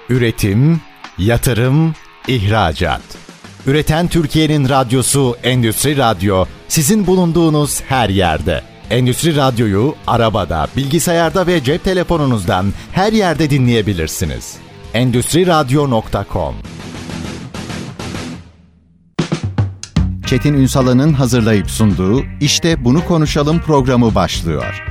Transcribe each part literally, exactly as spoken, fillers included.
Üretim, yatırım, ihracat. Üreten Türkiye'nin radyosu Endüstri Radyo, sizin bulunduğunuz her yerde. Endüstri Radyo'yu arabada, bilgisayarda ve cep telefonunuzdan her yerde dinleyebilirsiniz. endüstri radyo nokta com. Çetin Ünsal'ın hazırlayıp sunduğu İşte Bunu Konuşalım programı başlıyor.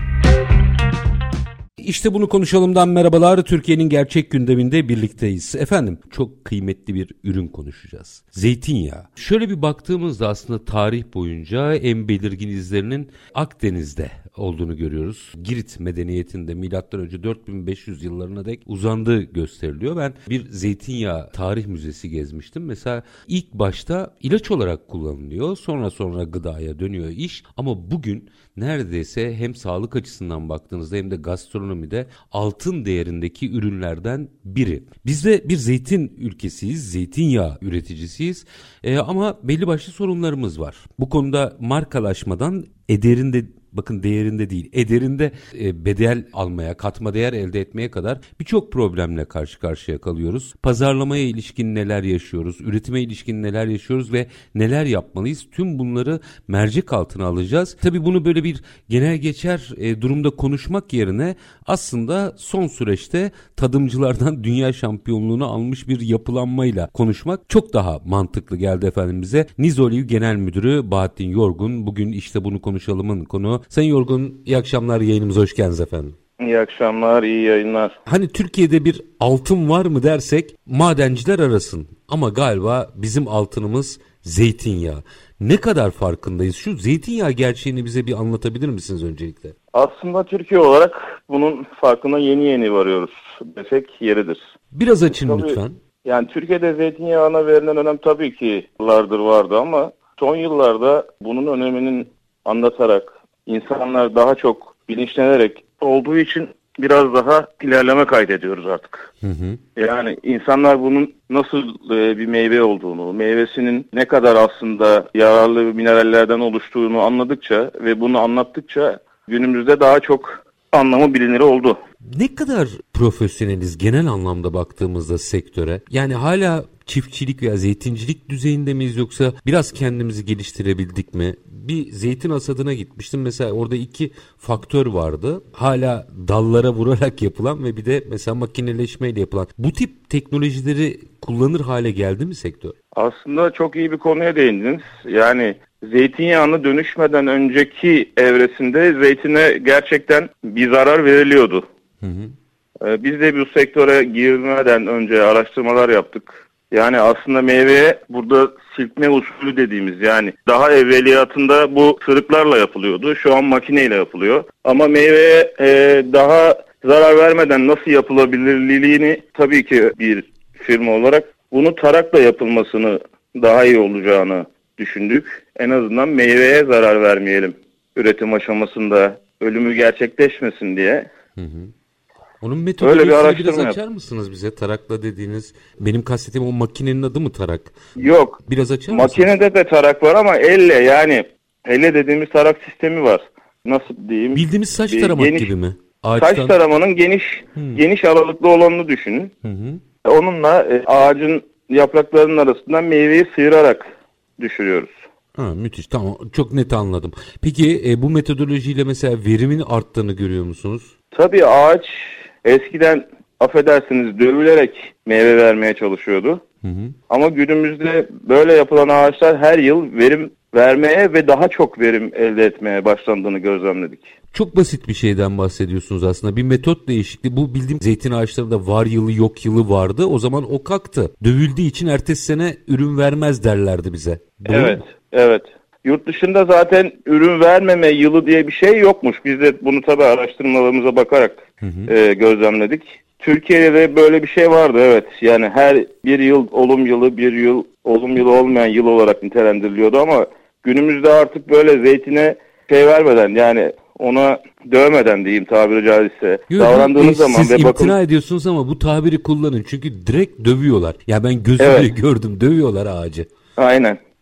İşte Bunu Konuşalım'dan merhabalar. Türkiye'nin gerçek gündeminde birlikteyiz. Efendim, çok kıymetli bir ürün konuşacağız. Zeytinyağı. Şöyle bir baktığımızda aslında tarih boyunca en belirgin izlerinin Akdeniz'de olduğunu görüyoruz. Girit medeniyetinde milattan önce dört bin beş yüz yıllarına dek uzandığı gösteriliyor. Ben bir zeytinyağı tarih müzesi gezmiştim. Mesela ilk başta ilaç olarak kullanılıyor. Sonra sonra gıdaya dönüyor iş. Ama bugün neredeyse hem sağlık açısından baktığınızda hem de gastronomide altın değerindeki ürünlerden biri. Biz de bir zeytin ülkesiyiz, zeytinyağı üreticisiyiz ee, ama belli başlı sorunlarımız var. Bu konuda markalaşmadan ederinde, bakın değerinde değil, ederinde e, bedel almaya, katma değer elde etmeye kadar birçok problemle karşı karşıya kalıyoruz. Pazarlamaya ilişkin neler yaşıyoruz, üretime ilişkin neler yaşıyoruz ve neler yapmalıyız? Tüm bunları mercek altına alacağız. Tabii bunu böyle bir genel geçer e, durumda konuşmak yerine aslında son süreçte tadımcılardan dünya şampiyonluğunu almış bir yapılanmayla konuşmak çok daha mantıklı geldi efendim bize. Nizoliv Genel Müdürü Bahattin Yorgun bugün işte bunu konuşalımın konu. Sayın Yorgun, iyi akşamlar, yayınımıza hoş geldiniz efendim. İyi akşamlar, iyi yayınlar. Hani Türkiye'de bir altın var mı dersek madenciler arasın ama galiba bizim altınımız zeytinyağı. Ne kadar farkındayız? Şu zeytinyağı gerçeğini bize bir anlatabilir misiniz öncelikle? Aslında Türkiye olarak bunun farkına yeni yeni varıyoruz desek yeridir. Biraz açın tabii, lütfen. Yani Türkiye'de zeytinyağına verilen önem tabii ki yıllardır vardı ama son yıllarda bunun öneminin anlatarak, insanlar daha çok bilinçlenerek olduğu için biraz daha ilerleme kaydediyoruz artık. Hı hı. Yani insanlar bunun nasıl e, bir meyve olduğunu, meyvesinin ne kadar aslında yararlı minerallerden oluştuğunu anladıkça ve bunu anlattıkça günümüzde daha çok anlamı bilinir oldu. Ne kadar profesyoneliz genel anlamda baktığımızda sektöre? Yani hala çiftçilik veya zeytincilik düzeyinde miyiz yoksa biraz kendimizi geliştirebildik mi? Bir zeytin hasadına gitmiştim. Mesela orada iki faktör vardı. Hala dallara vurarak yapılan ve bir de mesela makineleşmeyle yapılan. Bu tip teknolojileri kullanır hale geldi mi sektör? Aslında çok iyi bir konuya değindiniz. Yani zeytinyağına dönüşmeden önceki evresinde zeytine gerçekten bir zarar veriliyordu. Hı hı. Biz de bu sektöre girmeden önce araştırmalar yaptık. Yani aslında meyveye burada silkme usulü dediğimiz, yani daha evveliyatında bu sırıklarla yapılıyordu. Şu an makineyle yapılıyor. Ama meyveye e, daha zarar vermeden nasıl yapılabilirliğini tabii ki bir firma olarak bunu tarakla yapılmasını daha iyi olacağını düşündük. En azından meyveye zarar vermeyelim üretim aşamasında, ölümü gerçekleşmesin diye. Hı hı. Onun metodolojisini biraz açar yap. mısınız bize? Tarakla dediğiniz, benim kastettiğim o makinenin adı mı tarak? Yok. Biraz açar Makinede mısınız? de tarak var ama elle, yani elle dediğimiz tarak sistemi var. Nasıl diyeyim? Bildiğimiz saç taramak geniş, gibi mi? Ağaçtan... Saç taramanın geniş hmm. geniş aralıklı olanını düşünün. Hı hı. Onunla e, ağacın yapraklarının arasından meyveyi sıyırarak düşürüyoruz. Ha, müthiş, tamam, çok net anladım. Peki e, bu metodolojiyle mesela verimin arttığını görüyor musunuz? Tabii ağaç eskiden affedersiniz dövülerek meyve vermeye çalışıyordu. Hı hı. Ama günümüzde böyle yapılan ağaçlar her yıl verim vermeye ve daha çok verim elde etmeye başlandığını gözlemledik. Çok basit bir şeyden bahsediyorsunuz aslında. Bir metot değişikliği. Bu bildiğim zeytin ağaçlarında var yılı yok yılı vardı. O zaman o kalktı. Dövüldüğü için ertesi sene ürün vermez derlerdi bize. Doğru evet, mu? evet. Yurt dışında zaten ürün vermeme yılı diye bir şey yokmuş. Biz de bunu tabii araştırmalarımıza bakarak hı hı. E, gözlemledik. Türkiye'de böyle bir şey vardı, evet. Yani her bir yıl olum yılı, bir yıl olum yılı olmayan yıl olarak nitelendiriliyordu ama günümüzde artık böyle zeytine şey vermeden, yani ona dövmeden diyeyim tabiri caizse Yo, davrandığınız e, zaman siz ve imtina bakın... ediyorsunuz ama bu tabiri kullanın çünkü direkt dövüyorlar. Ya ben gözümle evet. gördüm, dövüyorlar ağacı. Aynen.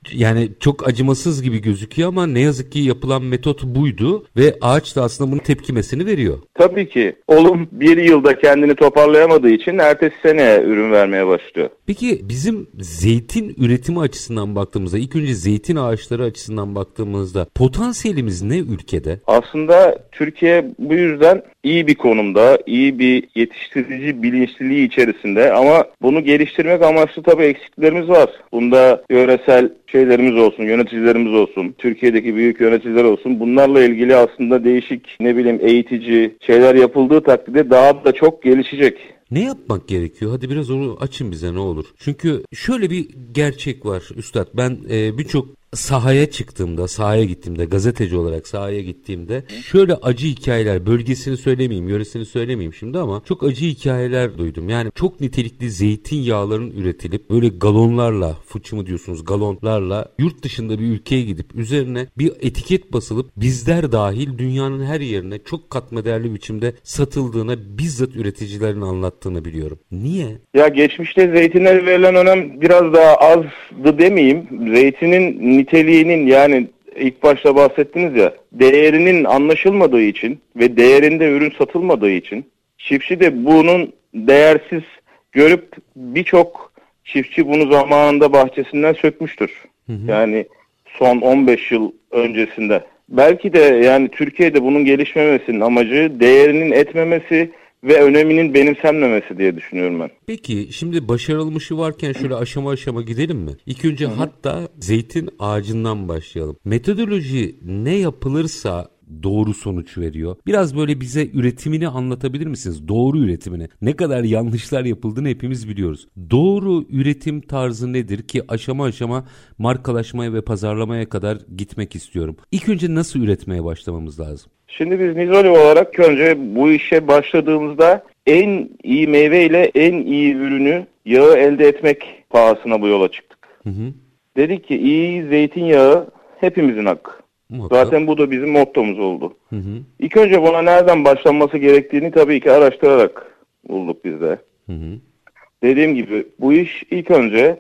Yani çok acımasız gibi gözüküyor ama ne yazık ki yapılan metot buydu ve ağaç da aslında bunun tepkimesini veriyor. Tabii ki. Olum bir yılda kendini toparlayamadığı için ertesi sene ürün vermeye başlıyor. Peki bizim zeytin üretimi açısından baktığımızda, ilk önce zeytin ağaçları açısından baktığımızda potansiyelimiz ne ülkede? Aslında Türkiye bu yüzden iyi bir konumda, iyi bir yetiştirici bilinçliliği içerisinde ama bunu geliştirmek amaçlı tabii eksiklerimiz var. Bunda yöresel şeylerimiz olsun, yöneticilerimiz olsun, Türkiye'deki büyük yöneticiler olsun. Bunlarla ilgili aslında değişik, ne bileyim, eğitici şeyler yapıldığı takdirde daha da çok gelişecek. Ne yapmak gerekiyor? Hadi biraz onu açın bize ne olur. Çünkü şöyle bir gerçek var Üstad. Ben e, birçok sahaya çıktığımda, sahaya gittiğimde, gazeteci olarak sahaya gittiğimde şöyle acı hikayeler, bölgesini söylemeyeyim, yöresini söylemeyeyim şimdi ama çok acı hikayeler duydum. Yani çok nitelikli zeytinyağların üretilip böyle galonlarla, fıçı mı diyorsunuz, galonlarla yurt dışında bir ülkeye gidip üzerine bir etiket basılıp bizler dahil dünyanın her yerine çok katmerli biçimde satıldığına bizzat üreticilerin anlattığını biliyorum. Niye? Ya geçmişte zeytinlere verilen önem biraz daha azdı demeyeyim. Zeytinin niteliğinin, yani ilk başta bahsettiniz ya, değerinin anlaşılmadığı için ve değerinde ürün satılmadığı için çiftçi de bunun değersiz görüp birçok çiftçi bunu zamanında bahçesinden sökmüştür. Hı hı. Yani son on beş yıl öncesinde. Belki de yani Türkiye'de bunun gelişmemesinin amacı değerinin etmemesi ve öneminin benimsenmemesi diye düşünüyorum ben. Peki şimdi başarılmışı varken şöyle aşama aşama gidelim mi? İlk önce Hı-hı. hatta zeytin ağacından başlayalım. Metodoloji ne yapılırsa doğru sonuç veriyor. Biraz böyle bize üretimini anlatabilir misiniz? Doğru üretimini. Ne kadar yanlışlar yapıldığını hepimiz biliyoruz. Doğru üretim tarzı nedir ki aşama aşama markalaşmaya ve pazarlamaya kadar gitmek istiyorum. İlk önce nasıl üretmeye başlamamız lazım? Şimdi biz Nizoli olarak önce bu işe başladığımızda en iyi meyve ile en iyi ürünü, yağı elde etmek pahasına bu yola çıktık. Hı hı. Dedik ki iyi zeytinyağı hepimizin hakkı. Muhakkak. Zaten bu da bizim mottomuz oldu. Hı hı. İlk önce buna nereden başlanması gerektiğini tabii ki araştırarak bulduk biz de. Hı hı. Dediğim gibi bu iş ilk önce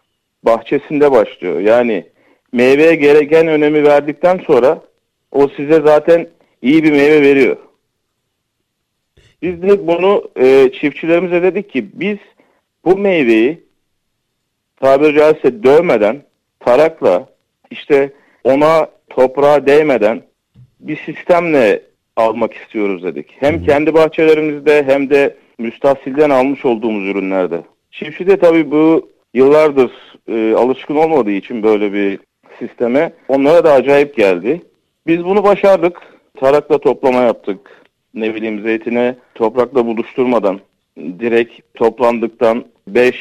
bahçesinde başlıyor. Yani meyveye gereken önemi verdikten sonra o size zaten iyi bir meyve veriyor. Biz de bunu e, çiftçilerimize dedik ki biz bu meyveyi tabiri caizse dövmeden, tarakla, işte ona toprağa değmeden bir sistemle almak istiyoruz dedik. Hem Hı-hı. kendi bahçelerimizde hem de müstahsilden almış olduğumuz ürünlerde. Çiftçi de tabii bu yıllardır e, alışkın olmadığı için böyle bir sisteme onlara da acayip geldi. Biz bunu başardık. Tarakla toplama yaptık. Ne bileyim zeytine toprakla buluşturmadan direkt toplandıktan beş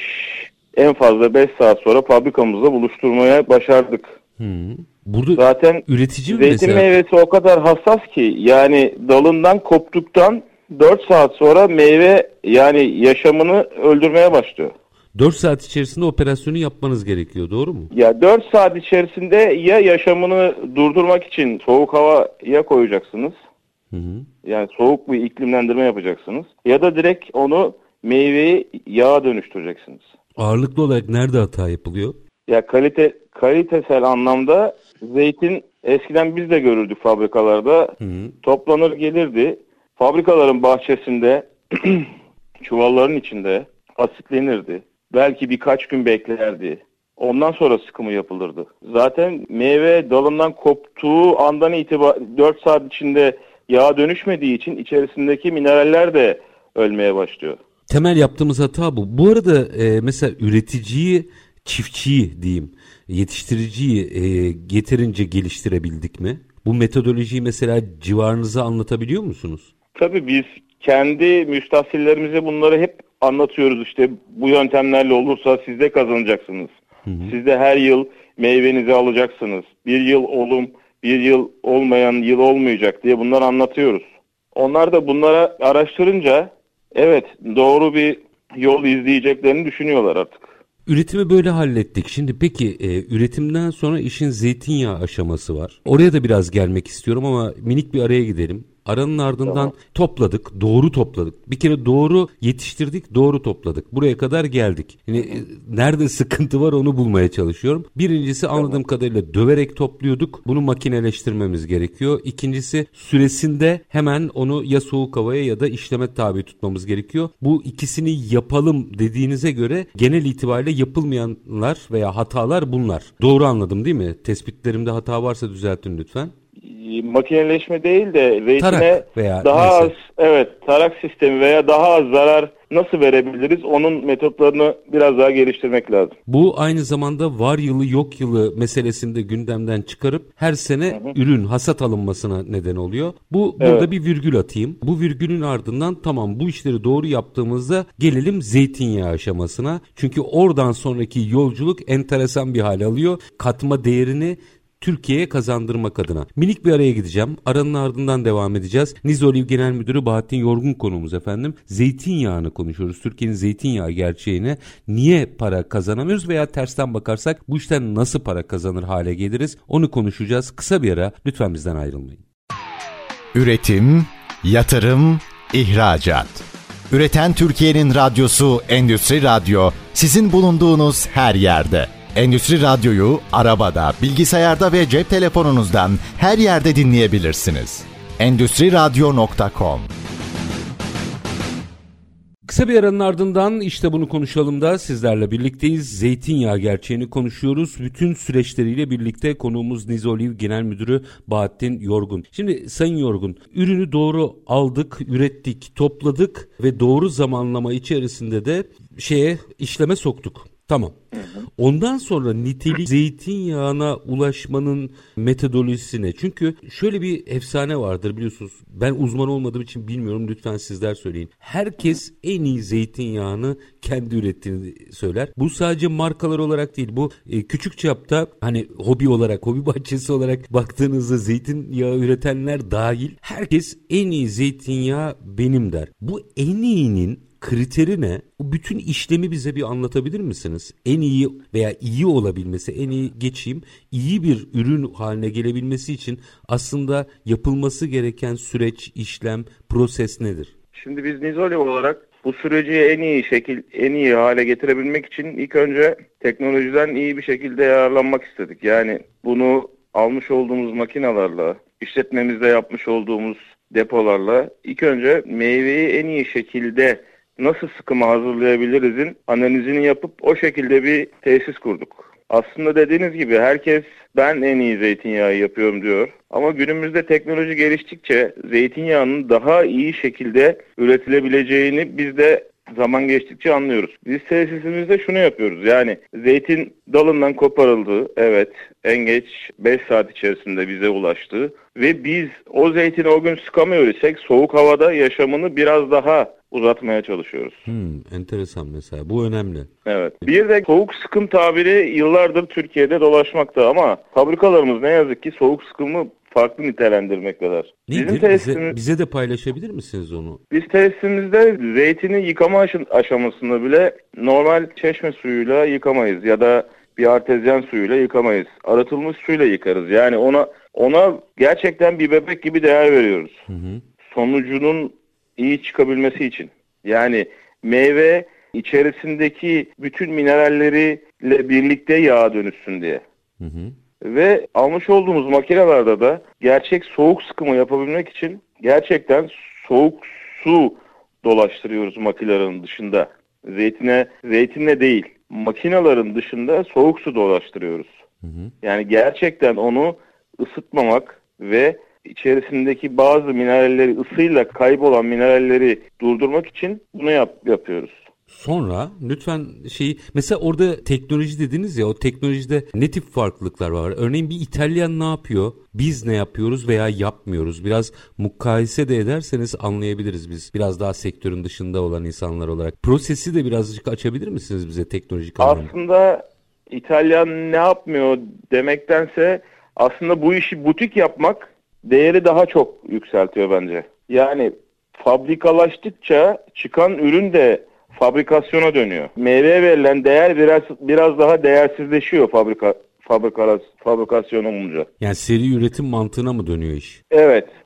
en fazla beş saat sonra fabrikamızda buluşturmaya başardık. Hı. Burada zaten üretici zeytin mesela meyvesi o kadar hassas ki yani dalından koptuktan dört saat sonra meyve yani yaşamını öldürmeye başlıyor. dört saat içerisinde operasyonu yapmanız gerekiyor, doğru mu? Ya dört saat içerisinde ya yaşamını durdurmak için soğuk havaya koyacaksınız. Hı hı. Yani soğuk bir iklimlendirme yapacaksınız. Ya da direkt onu meyveyi yağa dönüştüreceksiniz. Ağırlıklı olarak nerede hata yapılıyor? Ya kalite kalitesel anlamda zeytin eskiden biz de görürdük fabrikalarda. Hı hı. Toplanır gelirdi. Fabrikaların bahçesinde çuvalların içinde asitlenirdi. Belki birkaç gün beklerdi. Ondan sonra sıkımı yapılırdı. Zaten meyve dalından koptuğu andan itibaren dört saat içinde yağa dönüşmediği için içerisindeki mineraller de ölmeye başlıyor. Temel yaptığımız hata bu. Bu arada e, mesela üreticiyi, çiftçiyi diyeyim, yetiştiriciyi e, yeterince geliştirebildik mi? Bu metodolojiyi mesela civarınıza anlatabiliyor musunuz? Tabii biz kendi müstahsillerimize bunları hep anlatıyoruz. İşte bu yöntemlerle olursa siz de kazanacaksınız. Hı hı. Siz de her yıl meyvenizi alacaksınız. Bir yıl olum, bir yıl olmayan yıl olmayacak diye bunları anlatıyoruz. Onlar da bunlara araştırınca evet doğru bir yol izleyeceklerini düşünüyorlar artık. Üretimi böyle hallettik. Şimdi peki e, üretimden sonra işin zeytinyağı aşaması var. Oraya da biraz gelmek istiyorum ama minik bir araya gidelim. Aranın ardından Tamam. topladık, doğru topladık. Bir kere doğru yetiştirdik, doğru topladık. Buraya kadar geldik. Yani e, nerede sıkıntı var onu bulmaya çalışıyorum. Birincisi anladığım Tamam. kadarıyla döverek topluyorduk. Bunu makineleştirmemiz gerekiyor. İkincisi süresinde hemen onu ya soğuk havaya ya da işleme tabi tutmamız gerekiyor. Bu ikisini yapalım dediğinize göre genel itibariyle yapılmayanlar veya hatalar bunlar. Doğru anladım değil mi? Tespitlerimde hata varsa düzeltin lütfen. Makineleşme değil de zeytine Tarak veya daha neyse. az, evet, tarak sistemi veya daha az zarar nasıl verebiliriz? Onun metotlarını biraz daha geliştirmek lazım. Bu aynı zamanda var yılı yok yılı meselesini de gündemden çıkarıp her sene Hı hı. ürün hasat alınmasına neden oluyor. Bu Evet. burada bir virgül atayım. Bu virgülün ardından tamam bu işleri doğru yaptığımızda gelelim zeytinyağı aşamasına. Çünkü oradan sonraki yolculuk enteresan bir hal alıyor. Katma değerini Türkiye'ye kazandırmak adına. Minik bir araya gideceğim. Aranın ardından devam edeceğiz. Nizoliv Genel Müdürü Bahattin Yorgun konuğumuz efendim. Zeytinyağını konuşuyoruz. Türkiye'nin zeytinyağı gerçeğine niye para kazanamıyoruz veya tersten bakarsak bu işten nasıl para kazanır hale geliriz? Onu konuşacağız. Kısa bir ara. Lütfen bizden ayrılmayın. Üretim, yatırım, ihracat. Üreten Türkiye'nin radyosu Endüstri Radyo sizin bulunduğunuz her yerde. Endüstri Radyo'yu arabada, bilgisayarda ve cep telefonunuzdan her yerde dinleyebilirsiniz. endüstri radyo nokta com. Kısa bir aranın ardından işte bunu konuşalım da sizlerle birlikteyiz. Zeytinyağı gerçeğini konuşuyoruz. Bütün süreçleriyle birlikte konuğumuz Nizoliv Genel Müdürü Bahattin Yorgun. Şimdi Sayın Yorgun, ürünü doğru aldık, ürettik, topladık ve doğru zamanlama içerisinde de şeye işleme soktuk. Tamam. Ondan sonra nitelik zeytinyağına ulaşmanın metodolojisine. Çünkü şöyle bir efsane vardır biliyorsunuz. Ben uzman olmadığım için bilmiyorum. Lütfen sizler söyleyin. Herkes en iyi zeytinyağını kendi ürettiğini söyler. Bu sadece markalar olarak değil. Bu e, küçük çapta hani hobi olarak, hobi bahçesi olarak baktığınızda zeytinyağı üretenler dahil herkes en iyi zeytinyağı benim der. Bu en iyinin kriteri ne? Bu bütün işlemi bize bir anlatabilir misiniz? En iyi veya iyi olabilmesi, en iyi geçeyim, iyi bir ürün haline gelebilmesi için aslında yapılması gereken süreç, işlem, proses nedir? Şimdi biz Nizoliv olarak bu süreci en iyi şekil, en iyi hale getirebilmek için ilk önce teknolojiden iyi bir şekilde yararlanmak istedik. Yani bunu almış olduğumuz makinalarla, işletmemizde yapmış olduğumuz depolarla ilk önce meyveyi en iyi şekilde nasıl sıkıma hazırlayabilirizin analizini yapıp o şekilde bir tesis kurduk. Aslında dediğiniz gibi herkes ben en iyi zeytinyağı yapıyorum diyor. Ama günümüzde teknoloji geliştikçe zeytinyağının daha iyi şekilde üretilebileceğini biz de zaman geçtikçe anlıyoruz. Biz tesisimizde şunu yapıyoruz. Yani zeytin dalından koparıldı. Evet, en geç beş saat içerisinde bize ulaştı. Ve biz o zeytini o gün sıkamıyor isek soğuk havada yaşamını biraz daha uzatmaya çalışıyoruz. Hmm, enteresan mesela. Bu önemli. Evet. Bir de soğuk sıkım tabiri yıllardır Türkiye'de dolaşmakta ama fabrikalarımız ne yazık ki soğuk sıkımı farklı nitelendirmektedir. Nedir? Bizim tesisimiz, bize, bize de paylaşabilir misiniz onu? Biz tesisimizde zeytini yıkama aşamasında bile normal çeşme suyuyla yıkamayız ya da bir artezyen suyuyla yıkamayız. Arıtılmış suyla yıkarız. Yani ona ona gerçekten bir bebek gibi değer veriyoruz. Hı hı. Sonucunun iyi çıkabilmesi için. Yani meyve içerisindeki bütün mineralleriyle birlikte yağa dönüşsün diye. Hı hı. Ve almış olduğumuz makinelerde de gerçek soğuk sıkımı yapabilmek için gerçekten soğuk su dolaştırıyoruz makinelerin dışında. Zeytine, zeytinle değil, makinelerin dışında soğuk su dolaştırıyoruz. Hı hı. Yani gerçekten onu ısıtmamak ve içerisindeki bazı mineralleri, ısıyla kaybolan mineralleri durdurmak için bunu yap, yapıyoruz. Sonra lütfen şeyi mesela orada teknoloji dediniz ya, o teknolojide ne tip farklılıklar var? Örneğin bir İtalyan ne yapıyor? Biz ne yapıyoruz veya yapmıyoruz? Biraz mukayese de ederseniz anlayabiliriz biz. Biraz daha sektörün dışında olan insanlar olarak. Prosesi de birazcık açabilir misiniz bize teknolojik anlamda? Aslında İtalyan ne yapmıyor demektense aslında bu işi butik yapmak değeri daha çok yükseltiyor bence. Yani fabrikalaştıkça çıkan ürün de fabrikasyona dönüyor. Meyveye verilen değer biraz biraz daha değersizleşiyor fabrika fabrika fabrikasyon olunca. Yani seri üretim mantığına mı dönüyor iş? Evet.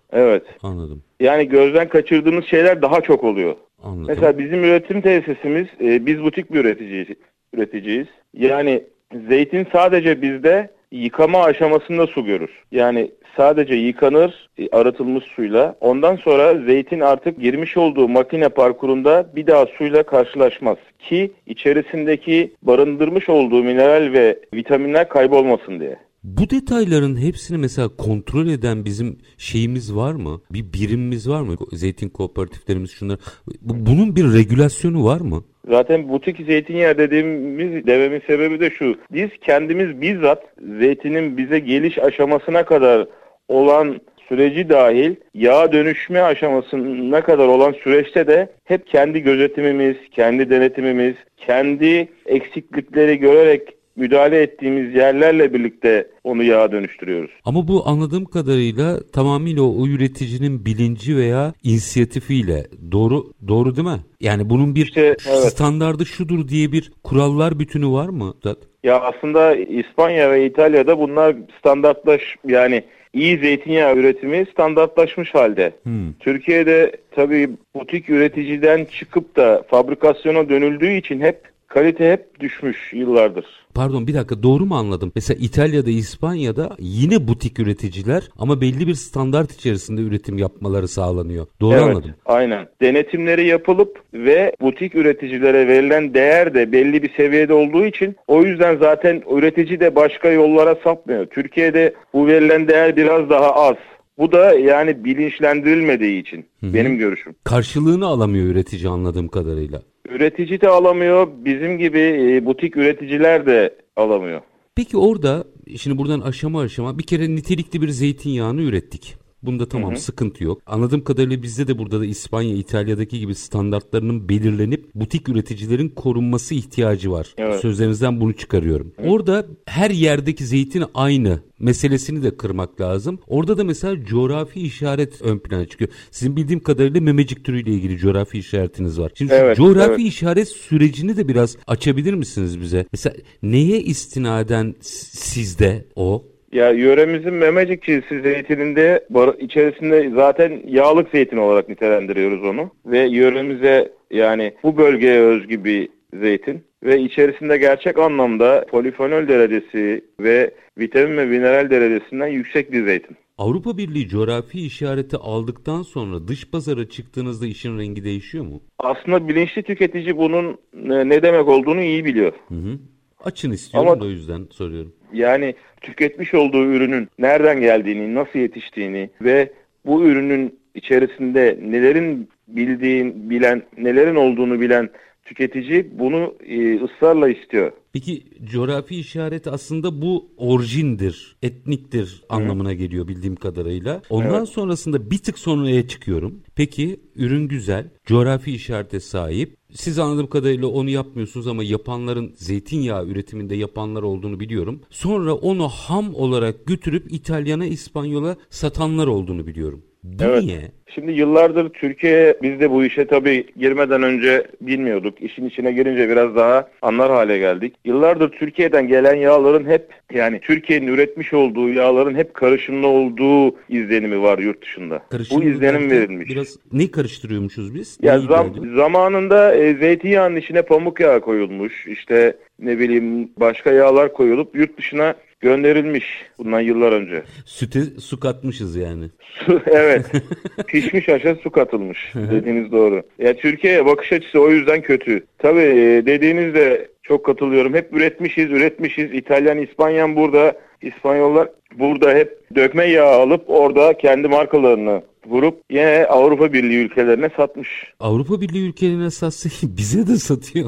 Evet. Anladım. Yani gözden kaçırdığımız şeyler daha çok oluyor. Anladım. Mesela bizim üretim tesisimiz, e, biz butik bir üreticiyiz. üreticiyiz. Yani zeytin sadece bizde yıkama aşamasında su görür. Yani sadece yıkanır e, arıtılmış suyla. Ondan sonra zeytin artık girmiş olduğu makine parkurunda bir daha suyla karşılaşmaz. Ki içerisindeki barındırmış olduğu mineral ve vitaminler kaybolmasın diye. Bu detayların hepsini mesela kontrol eden bizim şeyimiz var mı? Bir birimimiz var mı? Zeytin kooperatiflerimiz şunlar. Bunun bir regülasyonu var mı? Zaten butik zeytinyağı dediğimiz dememin sebebi de şu. Biz kendimiz bizzat zeytinin bize geliş aşamasına kadar olan süreci dahil yağ dönüşme aşamasına kadar olan süreçte de hep kendi gözetimimiz, kendi denetimimiz, kendi eksiklikleri görerek müdahale ettiğimiz yerlerle birlikte onu yağa dönüştürüyoruz. Ama bu anladığım kadarıyla tamamıyla o üreticinin bilinci veya inisiyatifiyle doğru doğru değil mi? Yani bunun bir işte, evet. standardı şudur diye bir kurallar bütünü var mı? Ya aslında İspanya ve İtalya'da bunlar standartlaş yani iyi zeytinyağı üretimi standartlaşmış halde. Hmm. Türkiye'de tabii butik üreticiden çıkıp da fabrikasyona dönüldüğü için hep kalite hep düşmüş yıllardır. Pardon bir dakika doğru mu anladım? Mesela İtalya'da, İspanya'da yine butik üreticiler ama belli bir standart içerisinde üretim yapmaları sağlanıyor. Doğru evet, anladım. Aynen. Denetimleri yapılıp ve butik üreticilere verilen değer de belli bir seviyede olduğu için o yüzden zaten üretici de başka yollara sapmıyor. Türkiye'de bu verilen değer biraz daha az. Bu da yani bilinçlendirilmediği için Hı-hı. benim görüşüm. Karşılığını alamıyor üretici anladığım kadarıyla. Üretici de alamıyor, bizim gibi e, butik üreticiler de alamıyor. Peki orada, şimdi buradan aşama aşama bir kere nitelikli bir zeytinyağını ürettik. Bunda tamam hı hı. sıkıntı yok. Anladığım kadarıyla bizde de burada da İspanya, İtalya'daki gibi standartlarının belirlenip butik üreticilerin korunması ihtiyacı var. Evet. Sözlerinizden bunu çıkarıyorum. Hı. Orada her yerdeki zeytin aynı meselesini de kırmak lazım. Orada da mesela coğrafi işaret ön plana çıkıyor. Sizin bildiğim kadarıyla memecik türüyle ilgili coğrafi işaretiniz var. Şimdi evet, coğrafi evet. işaret sürecini de biraz açabilir misiniz bize? Mesela neye istinaden sizde o? Ya yöremizin Memecik cinsi zeytininde içerisinde zaten yağlık zeytin olarak nitelendiriyoruz onu. Ve yöremize yani bu bölgeye özgü bir zeytin. Ve içerisinde gerçek anlamda polifenol derecesi ve vitamin ve mineral derecesinden yüksek bir zeytin. Avrupa Birliği coğrafi işareti aldıktan sonra dış pazara çıktığınızda işin rengi değişiyor mu? Aslında bilinçli tüketici bunun ne demek olduğunu iyi biliyor. Hı hı. Açın istiyorum Ama, da o yüzden soruyorum. Yani tüketmiş olduğu ürünün nereden geldiğini, nasıl yetiştiğini ve bu ürünün içerisinde nelerin bildiğin, bilen, nelerin olduğunu bilen tüketici bunu e, ısrarla istiyor. Peki coğrafi işaret aslında bu orijindir, etniktir Hı. anlamına geliyor bildiğim kadarıyla. Ondan evet. sonrasında bir tık sonraya çıkıyorum. Peki ürün güzel, coğrafi işarete sahip. Siz anladığım kadarıyla onu yapmıyorsunuz ama yapanların zeytinyağı üretiminde yapanlar olduğunu biliyorum. Sonra onu ham olarak götürüp İtalyana, İspanyola satanlar olduğunu biliyorum. Bu evet. niye? Şimdi yıllardır Türkiye, biz de bu işe tabii girmeden önce bilmiyorduk. İşin içine girince biraz daha anlar hale geldik. Yıllardır Türkiye'den gelen yağların hep yani Türkiye'nin üretmiş olduğu yağların hep karışımlı olduğu izlenimi var yurt dışında. Karışımlı bu izlenim verilmiş. Biraz ne karıştırıyormuşuz biz? Ya zam, zamanında e, zeytinyağının içine pamuk yağı koyulmuş. İşte ne bileyim başka yağlar koyulup yurt dışına gönderilmiş bundan yıllar önce. Süte su katmışız yani. Su, evet. Pişmiş aşa su katılmış. Dediğiniz doğru. Ya Türkiye'ye bakış açısı o yüzden kötü. Tabii dediğinizde çok katılıyorum. Hep üretmişiz, üretmişiz. İtalyan, İspanyan burada, İspanyollar burada hep dökme yağı alıp orada kendi markalarını vurup yine Avrupa Birliği ülkelerine satmış. Avrupa Birliği ülkelerine satsa bize de satıyor.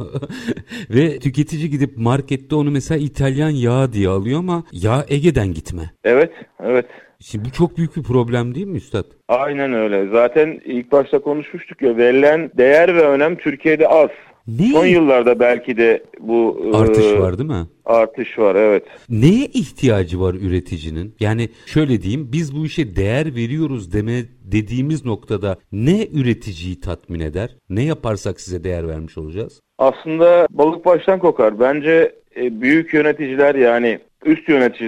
Ve tüketici gidip markette onu mesela İtalyan yağı diye alıyor ama yağ Ege'den gitme. Evet, evet. Şimdi bu çok büyük bir problem değil mi üstad? Aynen öyle. Zaten ilk başta konuşmuştuk ya, verilen değer ve önem Türkiye'de az. Ne? Son yıllarda belki de bu artış e, var değil mi? Artış var, evet. Neye ihtiyacı var üreticinin? Yani şöyle diyeyim, biz bu işe değer veriyoruz deme dediğimiz noktada ne üreticiyi tatmin eder? Ne yaparsak size değer vermiş olacağız? Aslında balık baştan kokar. Bence e, büyük yöneticiler yani üst yöneticiler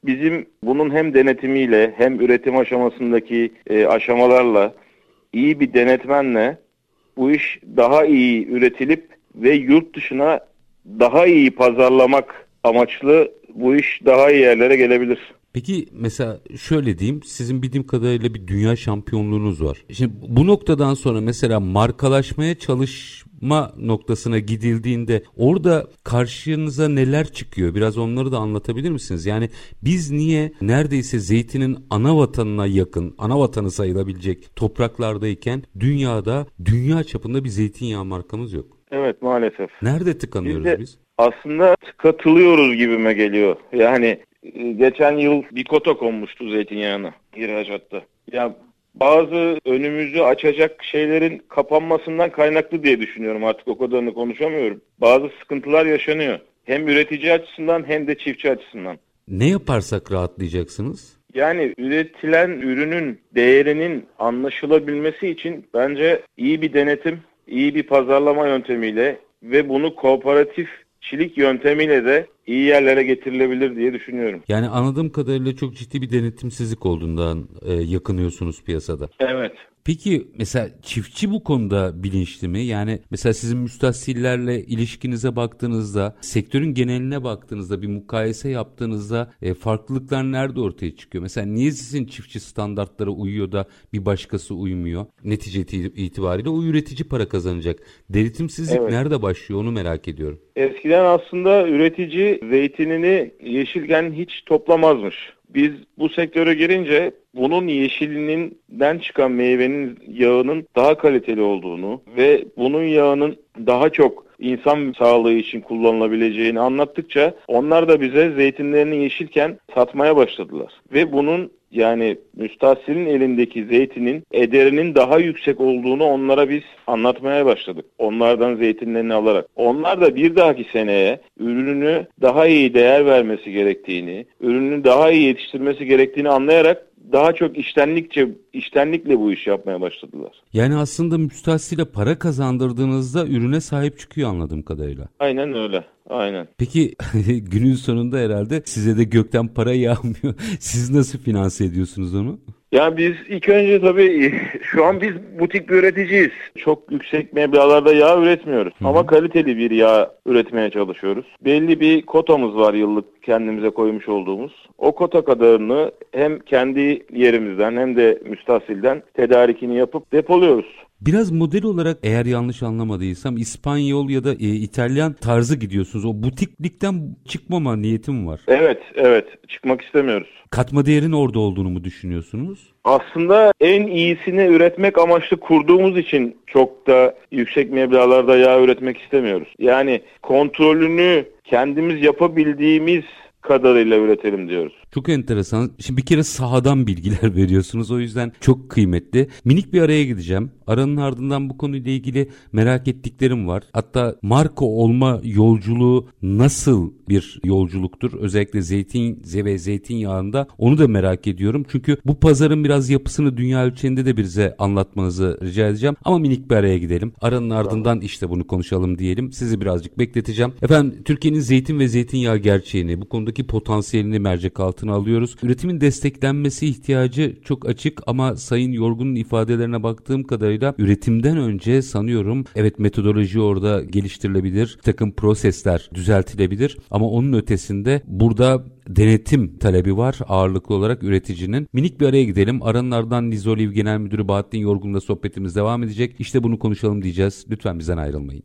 bizim bunun hem denetimiyle hem üretim aşamasındaki e, aşamalarla iyi bir denetmenle bu iş daha iyi üretilip ve yurt dışına daha iyi pazarlamak amaçlı bu iş daha iyi yerlere gelebilir. Peki mesela şöyle diyeyim, sizin bildiğim kadarıyla bir dünya şampiyonluğunuz var. Şimdi bu noktadan sonra mesela markalaşmaya çalışma noktasına gidildiğinde orada karşınıza neler çıkıyor? Biraz onları da anlatabilir misiniz? Yani biz niye neredeyse zeytinin ana vatanına yakın, ana vatanı sayılabilecek topraklardayken dünyada, dünya çapında bir zeytinyağı markamız yok? Evet, maalesef. Nerede tıkanıyoruz biz? biz? Aslında katılıyoruz gibime geliyor. Yani geçen yıl bir kota konmuştu zeytinyağına ihracatta. Ya bazı önümüzü açacak şeylerin kapanmasından kaynaklı diye düşünüyorum. Artık o kadarını konuşamıyorum. Bazı sıkıntılar yaşanıyor. Hem üretici açısından hem de çiftçi açısından. Ne yaparsak rahatlayacaksınız? Yani üretilen ürünün değerinin anlaşılabilmesi için bence iyi bir denetim, iyi bir pazarlama yöntemiyle ve bunu kooperatifçilik yöntemiyle de iyi yerlere getirilebilir diye düşünüyorum. Yani anladığım kadarıyla çok ciddi bir denetimsizlik olduğundan e, yakınıyorsunuz piyasada. Evet. Peki mesela çiftçi bu konuda bilinçli mi? Yani mesela sizin müstahsillerle ilişkinize baktığınızda, sektörün geneline baktığınızda, bir mukayese yaptığınızda e, farklılıklar nerede ortaya çıkıyor? Mesela niye sizin çiftçi standartlara uyuyor da bir başkası uymuyor? Netice itibariyle o üretici para kazanacak. Denetimsizlik evet. Nerede başlıyor onu merak ediyorum. Eskiden aslında üretici zeytinini yeşilken hiç toplamazmış. Biz bu sektöre girince bunun yeşilinden çıkan meyvenin yağının daha kaliteli olduğunu ve bunun yağının daha çok insan sağlığı için kullanılabileceğini anlattıkça onlar da bize zeytinlerini yeşilken satmaya başladılar. Ve bunun yani müstahsilin elindeki zeytinin ederinin daha yüksek olduğunu onlara biz anlatmaya başladık. Onlardan zeytinlerini alarak. Onlar da bir dahaki seneye ürününü daha iyi değer vermesi gerektiğini, ürününü daha iyi yetiştirmesi gerektiğini anlayarak daha çok iştenlikçe iştenlikle bu işi yapmaya başladılar. Yani aslında müstahsile para kazandırdığınızda ürüne sahip çıkıyor anladığım kadarıyla. Aynen öyle. Aynen. Peki günün sonunda herhalde size de gökten para yağmıyor. Siz nasıl finanse ediyorsunuz onu? Ya biz ilk önce tabii şu an biz butik bir üreticiyiz. Çok yüksek meblağlarda yağ üretmiyoruz. Hı-hı. Ama kaliteli bir yağ üretmeye çalışıyoruz. Belli bir kotamız var yıllık kendimize koymuş olduğumuz. O kota kadarını hem kendi yerimizden hem de müstahsilden tedarikini yapıp depoluyoruz. Biraz model olarak eğer yanlış anlamadıysam İspanyol ya da e, İtalyan tarzı gidiyorsunuz. O butiklikten çıkmama niyetim var. Evet, evet. Çıkmak istemiyoruz. Katma değerin orada olduğunu mu düşünüyorsunuz? Aslında en iyisini üretmek amaçlı kurduğumuz için çok da yüksek meblağlarda yağ üretmek istemiyoruz. Yani kontrolünü kendimiz yapabildiğimiz kadarıyla üretelim diyoruz. Çok enteresan. Şimdi bir kere sahadan bilgiler veriyorsunuz. O yüzden çok kıymetli. Minik bir araya gideceğim. Aranın ardından bu konuyla ilgili merak ettiklerim var. Hatta marka olma yolculuğu nasıl bir yolculuktur? Özellikle zeytin ve zeytinyağında onu da merak ediyorum. Çünkü bu pazarın biraz yapısını dünya ölçeğinde de bize anlatmanızı rica edeceğim. Ama minik bir araya gidelim. Aranın ardından işte bunu konuşalım diyelim. Sizi birazcık bekleteceğim. Efendim Türkiye'nin zeytin ve zeytinyağı gerçeğini, bu konudaki potansiyelini mercek altına alıyoruz. Üretimin desteklenmesi ihtiyacı çok açık ama Sayın Yorgun'un ifadelerine baktığım kadarıyla üretimden önce sanıyorum evet metodoloji orada geliştirilebilir, bir takım prosesler düzeltilebilir ama onun ötesinde burada denetim talebi var ağırlıklı olarak üreticinin. Minik bir araya gidelim. Aranın ardından Nizoliv Genel Müdürü Bahattin Yorgun'la sohbetimiz devam edecek. İşte bunu konuşalım diyeceğiz. Lütfen bizden ayrılmayın.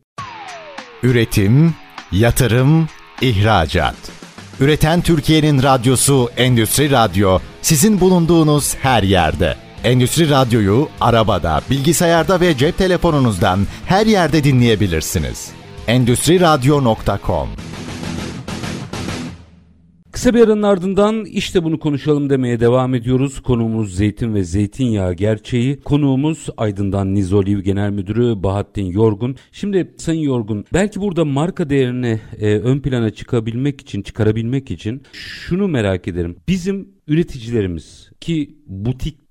Üretim, yatırım, ihracat. Üreten Türkiye'nin radyosu Endüstri Radyo, sizin bulunduğunuz her yerde. Endüstri Radyo'yu arabada, bilgisayarda ve cep telefonunuzdan her yerde dinleyebilirsiniz. endüstri radyo nokta com. Kısa bir aranın ardından işte bunu konuşalım demeye devam ediyoruz. Konuğumuz zeytin ve zeytinyağı gerçeği. Konuğumuz Aydın'dan Nizoliv Genel Müdürü Bahattin Yorgun. Şimdi Sayın Yorgun, belki burada marka değerini e, ön plana çıkabilmek için, çıkarabilmek için şunu merak ederim. Bizim üreticilerimiz ki butik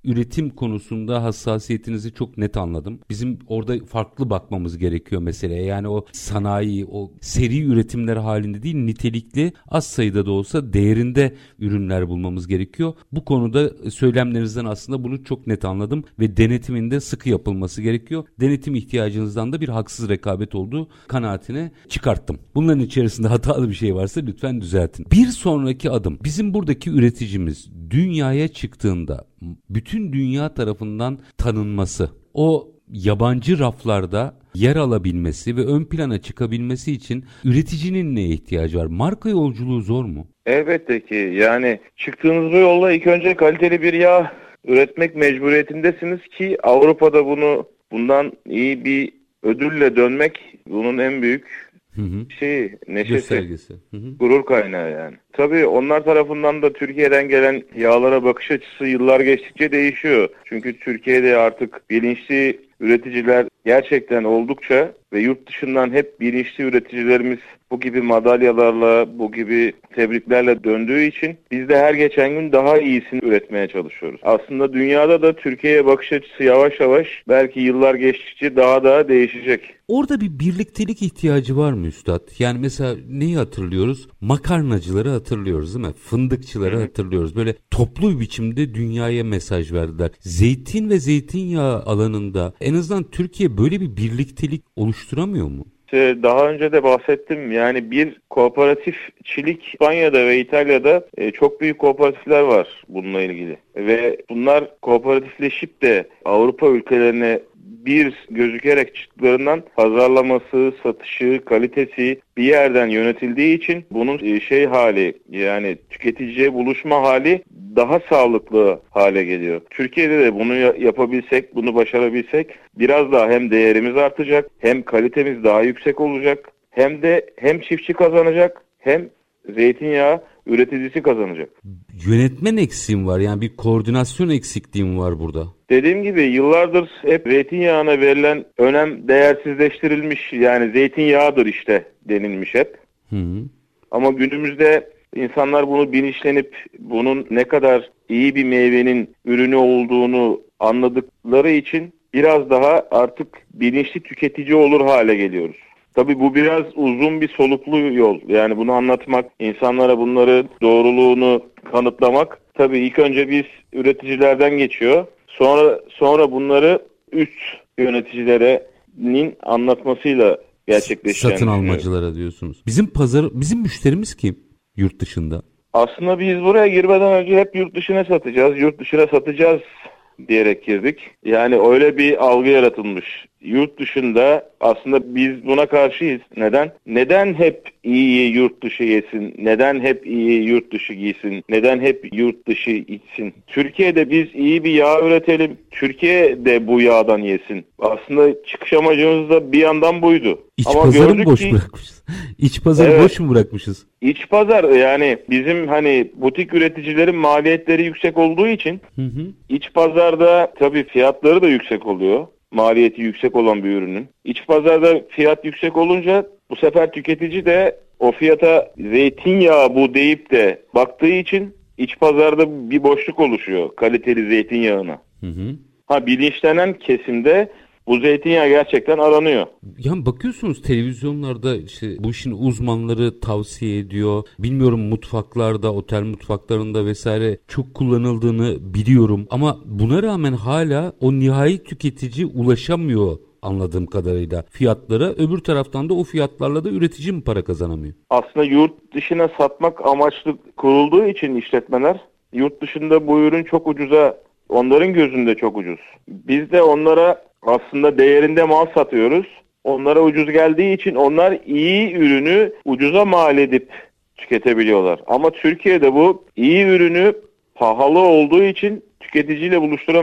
üretim konusunda hassasiyetinizi çok net anladım. Bizim orada farklı bakmamız gerekiyor meseleye. Yani o sanayi, o seri üretimler halinde değil, nitelikli, az sayıda da olsa değerinde ürünler bulmamız gerekiyor. Bu konuda söylemlerinizden aslında bunu çok net anladım ve denetiminde sıkı yapılması gerekiyor. Denetim ihtiyacınızdan da bir haksız rekabet olduğu kanaatine çıkarttım. Bunların içerisinde hatalı bir şey varsa lütfen düzeltin. Bir sonraki adım, bizim buradaki üreticimiz dünyaya çıktığında bütün dünya tarafından tanınması, o yabancı raflarda yer alabilmesi ve ön plana çıkabilmesi için üreticinin neye ihtiyacı var? Marka yolculuğu zor mu? Elbette ki. Yani çıktığınız bu yolla ilk önce kaliteli bir yağ üretmek mecburiyetindesiniz ki Avrupa'da bunu bundan iyi bir ödülle dönmek bunun en büyük Hı hı. şey, neşesi, hı hı. gurur kaynağı yani. Tabii onlar tarafından da Türkiye'den gelen yağlara bakış açısı yıllar geçtikçe değişiyor. Çünkü Türkiye'de artık bilinçli üreticiler gerçekten oldukça ve yurt dışından hep bilinçli üreticilerimiz bu gibi madalyalarla, bu gibi tebriklerle döndüğü için biz de her geçen gün daha iyisini üretmeye çalışıyoruz. Aslında dünyada da Türkiye'ye bakış açısı yavaş yavaş belki yıllar geçtikçe daha daha değişecek. Orada bir birliktelik ihtiyacı var mı üstad? Yani mesela neyi hatırlıyoruz? Makarnacıları hatırlıyoruz değil mi? Fındıkçıları Hı. hatırlıyoruz. Böyle toplu bir biçimde dünyaya mesaj verdiler. Zeytin ve zeytinyağı alanında en azından Türkiye böyle bir birliktelik oluşturamıyor mu? Daha önce de bahsettim. Yani bir kooperatifçilik İspanya'da ve İtalya'da çok büyük kooperatifler var bununla ilgili. Ve bunlar kooperatifleşip de Avrupa ülkelerine bir gözükerek çıktıklarından pazarlaması, satışı, kalitesi bir yerden yönetildiği için bunun şey hali, yani tüketiciye buluşma hali daha sağlıklı hale geliyor. Türkiye'de de bunu yapabilsek, bunu başarabilsek biraz daha hem değerimiz artacak, hem kalitemiz daha yüksek olacak, hem de hem çiftçi kazanacak, hem zeytinyağı üreticisi kazanacak. Yönetmen eksiğim var, yani bir koordinasyon eksikliğim var burada. Dediğim gibi yıllardır hep zeytinyağına verilen önem değersizleştirilmiş, yani zeytinyağıdır işte denilmiş hep. Hı hı. Ama günümüzde insanlar bunu bilinçlenip bunun ne kadar iyi bir meyvenin ürünü olduğunu anladıkları için biraz daha artık bilinçli tüketici olur hale geliyoruz. Tabii bu biraz uzun bir soluklu yol. Yani bunu anlatmak, insanlara bunları doğruluğunu kanıtlamak tabii ilk önce biz üreticilerden geçiyor. Sonra sonra bunları üst yöneticilerinin anlatmasıyla gerçekleşeceğini Satın almacılara diyorsunuz. Bizim pazar, bizim müşterimiz kim yurt dışında? Aslında biz buraya girmeden önce hep yurt dışına satacağız, yurt dışına satacağız diyerek girdik. Yani öyle bir algı yaratılmış. Yurt dışında aslında biz buna karşıyız. Neden? Neden hep iyi yurt dışı yesin? Neden hep iyi yurt dışı giysin? Neden hep yurt dışı içsin? Türkiye'de biz iyi bir yağ üretelim. Türkiye de bu yağdan yesin. Aslında çıkış amacımız da bir yandan buydu. İç Ama pazarı mı boş ki, bırakmışız? İç pazarı evet, boş mu bırakmışız? İç pazar, yani bizim hani butik üreticilerin maliyetleri yüksek olduğu için hı hı. iç pazarda tabii fiyatları da yüksek oluyor. Maliyeti yüksek olan bir ürünün. İç pazarda fiyat yüksek olunca bu sefer tüketici de o fiyata zeytinyağı bu deyip de baktığı için iç pazarda bir boşluk oluşuyor kaliteli zeytinyağına. Hı hı. Ha bilinçlenen kesimde bu zeytinyağı gerçekten aranıyor. Yani bakıyorsunuz televizyonlarda işte bu işin uzmanları tavsiye ediyor. Bilmiyorum, mutfaklarda, otel mutfaklarında vesaire çok kullanıldığını biliyorum. Ama buna rağmen hala o nihai tüketici ulaşamıyor anladığım kadarıyla fiyatlara. Öbür taraftan da o fiyatlarla da üretici mi para kazanamıyor? Aslında yurt dışına satmak amaçlı kurulduğu için işletmeler, yurt dışında bu ürün çok ucuza, onların gözünde çok ucuz. Biz de onlara aslında değerinde mal satıyoruz. Onlara ucuz geldiği için onlar iyi ürünü ucuza mal edip tüketebiliyorlar. Ama Türkiye'de bu iyi ürünü pahalı olduğu için tüketiciyle buluşturamıyoruz.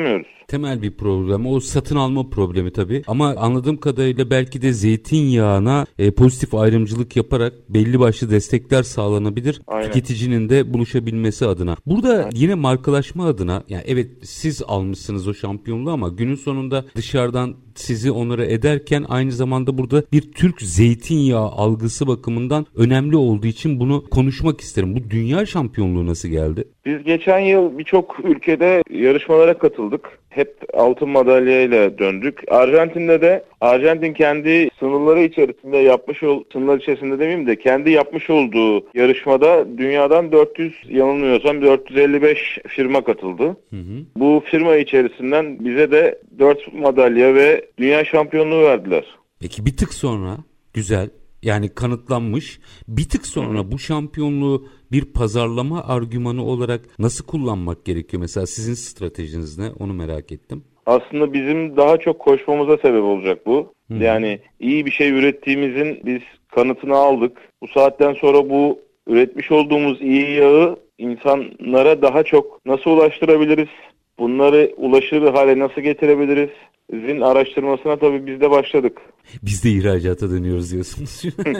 Temel bir problem. O satın alma problemi tabii. Ama anladığım kadarıyla belki de zeytinyağına e, pozitif ayrımcılık yaparak belli başlı destekler sağlanabilir. Aynen. Tüketicinin de buluşabilmesi adına. Burada Aynen. yine markalaşma adına, yani evet siz almışsınız o şampiyonluğu ama günün sonunda dışarıdan sizi onlara ederken aynı zamanda burada bir Türk zeytinyağı algısı bakımından önemli olduğu için bunu konuşmak isterim. Bu dünya şampiyonluğu nasıl geldi? Biz geçen yıl birçok ülkede yarışmalara katıldık. Hep altın madalyayla döndük. Arjantin'de de Arjantin kendi sınırları içerisinde yapmış ol, sınırlar içerisinde demeyeyim de kendi yapmış olduğu yarışmada dünyadan dört yüz, yanılmıyorsam dört yüz elli beş firma katıldı. Hı hı. Bu firma içerisinden bize de dört madalya ve dünya şampiyonluğu verdiler. Peki bir tık sonra, güzel, yani kanıtlanmış, bir tık sonra Hı. bu şampiyonluğu bir pazarlama argümanı olarak nasıl kullanmak gerekiyor? Mesela sizin stratejiniz ne? Onu merak ettim. Aslında bizim daha çok koşmamıza sebep olacak bu. Hı. Yani iyi bir şey ürettiğimizin biz kanıtını aldık. Bu saatten sonra bu üretmiş olduğumuz iyi yağı insanlara daha çok nasıl ulaştırabiliriz? Bunları ulaşır hale nasıl getirebiliriz? Sizin araştırmasına tabii biz de başladık. Biz de ihracata dönüyoruz diyorsunuz.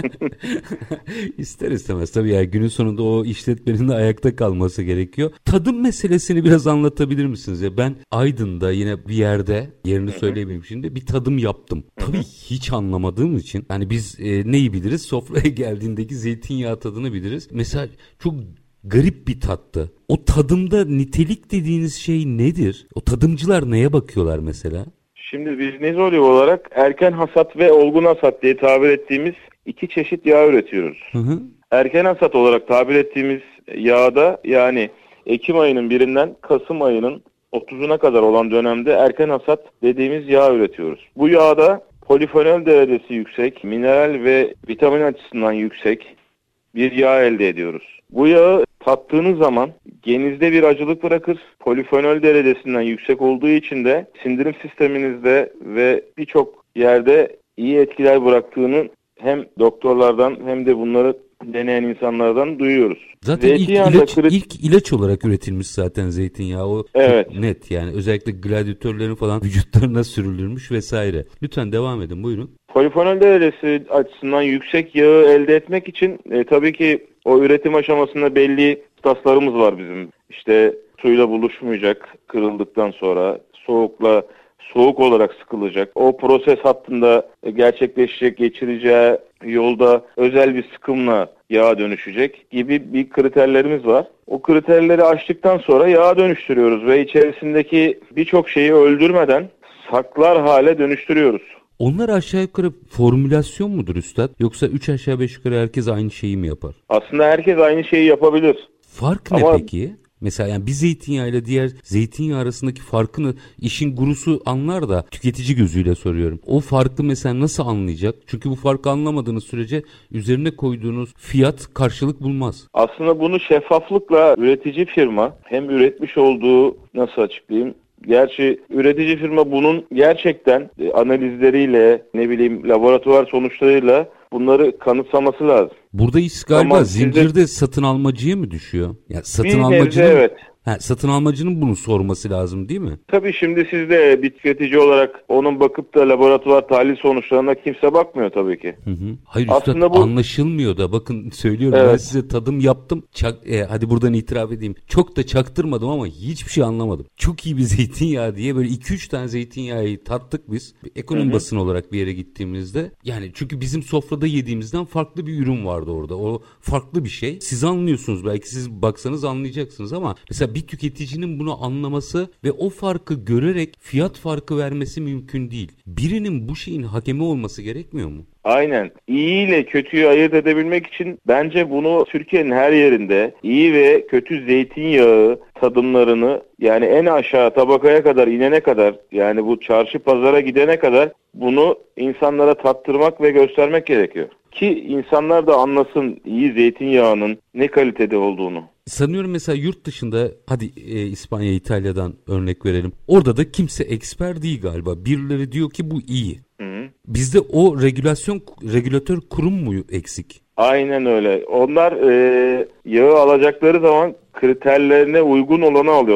İster istemez tabii, yani günün sonunda o işletmenin de ayakta kalması gerekiyor. Tadım meselesini biraz anlatabilir misiniz? Ya ben Aydın'da yine bir yerde, yerini söyleyemeyeyim şimdi, bir tadım yaptım. Tabii hiç anlamadığım için, yani biz e, neyi biliriz? Sofraya geldiğindeki zeytinyağı tadını biliriz. Mesela çok garip bir tattı. O tadımda nitelik dediğiniz şey nedir? O tadımcılar neye bakıyorlar mesela? Şimdi biz Nizoli olarak erken hasat ve olgun hasat diye tabir ettiğimiz iki çeşit yağ üretiyoruz. Hı hı. Erken hasat olarak tabir ettiğimiz yağda, yani Ekim ayının birinden Kasım ayının otuzuna kadar olan dönemde erken hasat dediğimiz yağ üretiyoruz. Bu yağda polifenol derecesi yüksek, mineral ve vitamin açısından yüksek bir yağ elde ediyoruz. Bu yağı tattığınız zaman genizde bir acılık bırakır. Polifenol derecesinden yüksek olduğu için de sindirim sisteminizde ve birçok yerde iyi etkiler bıraktığını hem doktorlardan hem de bunları deneyen insanlardan duyuyoruz. Zaten ilk ilaç, krit... ilk ilaç olarak üretilmiş zaten zeytinyağı. O evet. Net yani, özellikle gladyatörlerin falan vücutlarına sürülürmüş vesaire. Lütfen devam edin, buyurun. Polifenol derecesi açısından yüksek yağı elde etmek için e, tabii ki o üretim aşamasında belli taslarımız var bizim. İşte suyla buluşmayacak, kırıldıktan sonra soğukla soğuk olarak sıkılacak. O proses hattında gerçekleşecek, geçireceği yolda özel bir sıkımla yağa dönüşecek gibi bir kriterlerimiz var. O kriterleri aştıktan sonra yağa dönüştürüyoruz ve içerisindeki birçok şeyi öldürmeden saklar hale dönüştürüyoruz. Onlar aşağı yukarı formülasyon mudur üstad? Yoksa üç aşağı beş yukarı herkes aynı şeyi mi yapar? Aslında herkes aynı şeyi yapabilir. Fark Ama... ne peki? Mesela yani bir zeytinyağı ile diğer zeytinyağı arasındaki farkını işin gurusu anlar da tüketici gözüyle soruyorum. O farkı mesela nasıl anlayacak? Çünkü bu farkı anlamadığınız sürece üzerine koyduğunuz fiyat karşılık bulmaz. Aslında bunu şeffaflıkla üretici firma hem üretmiş olduğu, nasıl açıklayayım? Gerçi üretici firma bunun gerçekten analizleriyle, ne bileyim laboratuvar sonuçlarıyla bunları kanıtsaması lazım. Burada iş galiba Ama zincirde sizde... satın almacıya mı düşüyor? Yani satın almacının, evet. He, satın almacının bunu sorması lazım değil mi? Tabii şimdi siz de bir tüketici olarak onun bakıp da laboratuvar tahlil sonuçlarına kimse bakmıyor tabii ki. Hı hı. Hayır aslında bu... anlaşılmıyor da, bakın söylüyorum evet. Ben size tadım yaptım. Çak, e, hadi buradan itiraf edeyim. Çok da çaktırmadım ama hiçbir şey anlamadım. Çok iyi bir zeytinyağı diye böyle iki üç tane zeytinyağı tattık biz. Ekonomi basın olarak bir yere gittiğimizde. Yani çünkü bizim sofrada yediğimizden farklı bir ürün vardı orada. O farklı bir şey. Siz anlıyorsunuz, belki siz baksanız anlayacaksınız ama mesela bir tüketicinin bunu anlaması ve o farkı görerek fiyat farkı vermesi mümkün değil. Birinin bu şeyin hakemi olması gerekmiyor mu? Aynen. İyi ile kötüyü ayırt edebilmek için bence bunu Türkiye'nin her yerinde iyi ve kötü zeytinyağı tadımlarını, yani en aşağı tabakaya kadar inene kadar, yani bu çarşı pazara gidene kadar bunu insanlara tattırmak ve göstermek gerekiyor. Ki insanlar da anlasın iyi zeytinyağının ne kalitede olduğunu. Sanıyorum mesela yurt dışında, hadi e, İspanya, İtalya'dan örnek verelim. Orada da kimse eksper değil galiba. Birileri diyor ki bu iyi. Hı hı. Bizde o regülasyon, regülatör kurum mu eksik? Aynen öyle. Onlar e, yağı alacakları zaman kriterlerine uygun olanı alıyorlar.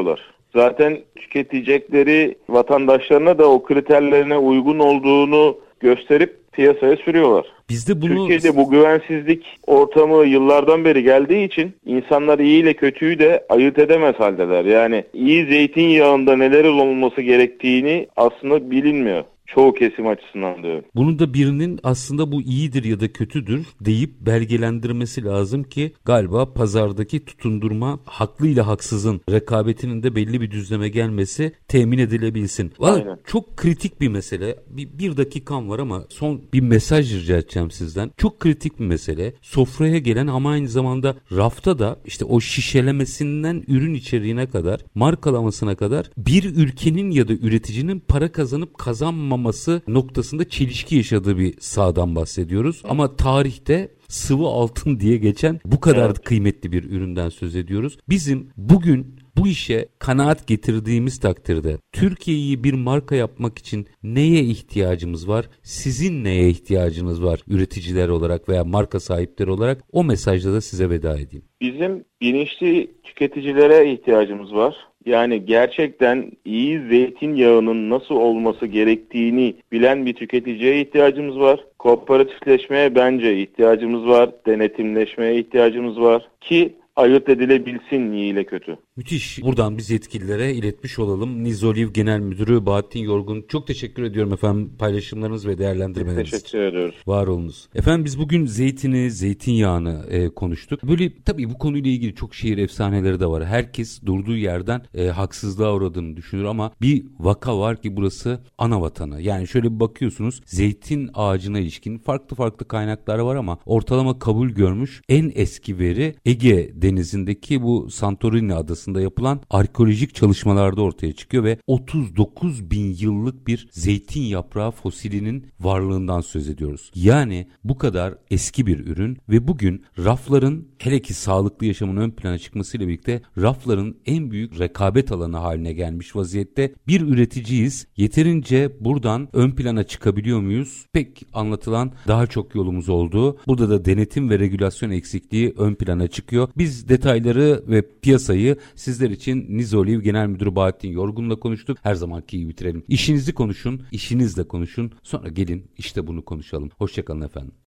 zaten tüketecekleri vatandaşlarına da o kriterlerine uygun olduğunu gösterip piyasaya sürüyorlar. Bizde bunu... Türkiye'de bu güvensizlik ortamı yıllardan beri geldiği için insanlar iyi ile kötüyü de ayırt edemez haldeler. Yani iyi zeytinyağında neler olması gerektiğini aslında bilinmiyor. Çoğu kesim açısından diyorum. Bunun da birinin aslında bu iyidir ya da kötüdür deyip belgelendirmesi lazım ki galiba pazardaki tutundurma haklıyla haksızın rekabetinin de belli bir düzleme gelmesi temin edilebilsin. Vallahi çok kritik bir mesele. Bir, bir dakikam var ama son bir mesaj rica edeceğim sizden. Çok kritik bir mesele. Sofraya gelen ama aynı zamanda rafta da işte o şişelemesinden ürün içeriğine kadar, markalamasına kadar bir ülkenin ya da üreticinin para kazanıp kazanmaması noktasında çelişki yaşadığı bir sahadan bahsediyoruz. Ama tarihte sıvı altın diye geçen bu kadar evet. kıymetli bir üründen söz ediyoruz. Bizim bugün bu işe kanaat getirdiğimiz takdirde Türkiye'yi bir marka yapmak için neye ihtiyacımız var? Sizin neye ihtiyacınız var üreticiler olarak veya marka sahipleri olarak? O mesajla da size veda edeyim. Bizim bilinçli tüketicilere ihtiyacımız var. Yani gerçekten iyi zeytinyağının nasıl olması gerektiğini bilen bir tüketiciye ihtiyacımız var. Kooperatifleşmeye bence ihtiyacımız var. Denetimleşmeye ihtiyacımız var ki ayırt edilebilsin iyi ile kötü. Müthiş. Buradan biz yetkililere iletmiş olalım. Nizoliv Genel Müdürü Bahattin Yorgun. Çok teşekkür ediyorum efendim paylaşımlarınız ve değerlendirmeleriniz. Teşekkür ediyoruz. Var olunuz. Efendim biz bugün zeytini, zeytinyağını e, konuştuk. Böyle tabii bu konuyla ilgili çok şehir efsaneleri de var. Herkes durduğu yerden e, haksızlığa uğradığını düşünür ama bir vaka var ki burası ana vatanı. Yani şöyle bir bakıyorsunuz zeytin ağacına ilişkin farklı farklı kaynaklar var ama ortalama kabul görmüş en eski veri Ege denizindeki bu Santorini adasında yapılan arkeolojik çalışmalarda ortaya çıkıyor ve otuz dokuz bin yıllık bir zeytin yaprağı fosilinin varlığından söz ediyoruz. Yani bu kadar eski bir ürün ve bugün rafların hele ki sağlıklı yaşamın ön plana çıkmasıyla birlikte rafların en büyük rekabet alanı haline gelmiş vaziyette bir üreticiyiz. Yeterince buradan ön plana çıkabiliyor muyuz? Pek anlatılan daha çok yolumuz oldu. Burada da denetim ve regülasyon eksikliği ön plana çıkıyor. Biz detayları ve piyasayı sizler için Nizoliv Genel Müdürü Bahattin Yorgun'la konuştuk. Her zamanki gibi bitirelim. İşinizi konuşun, işinizle konuşun. Sonra gelin işte bunu konuşalım. Hoşçakalın efendim.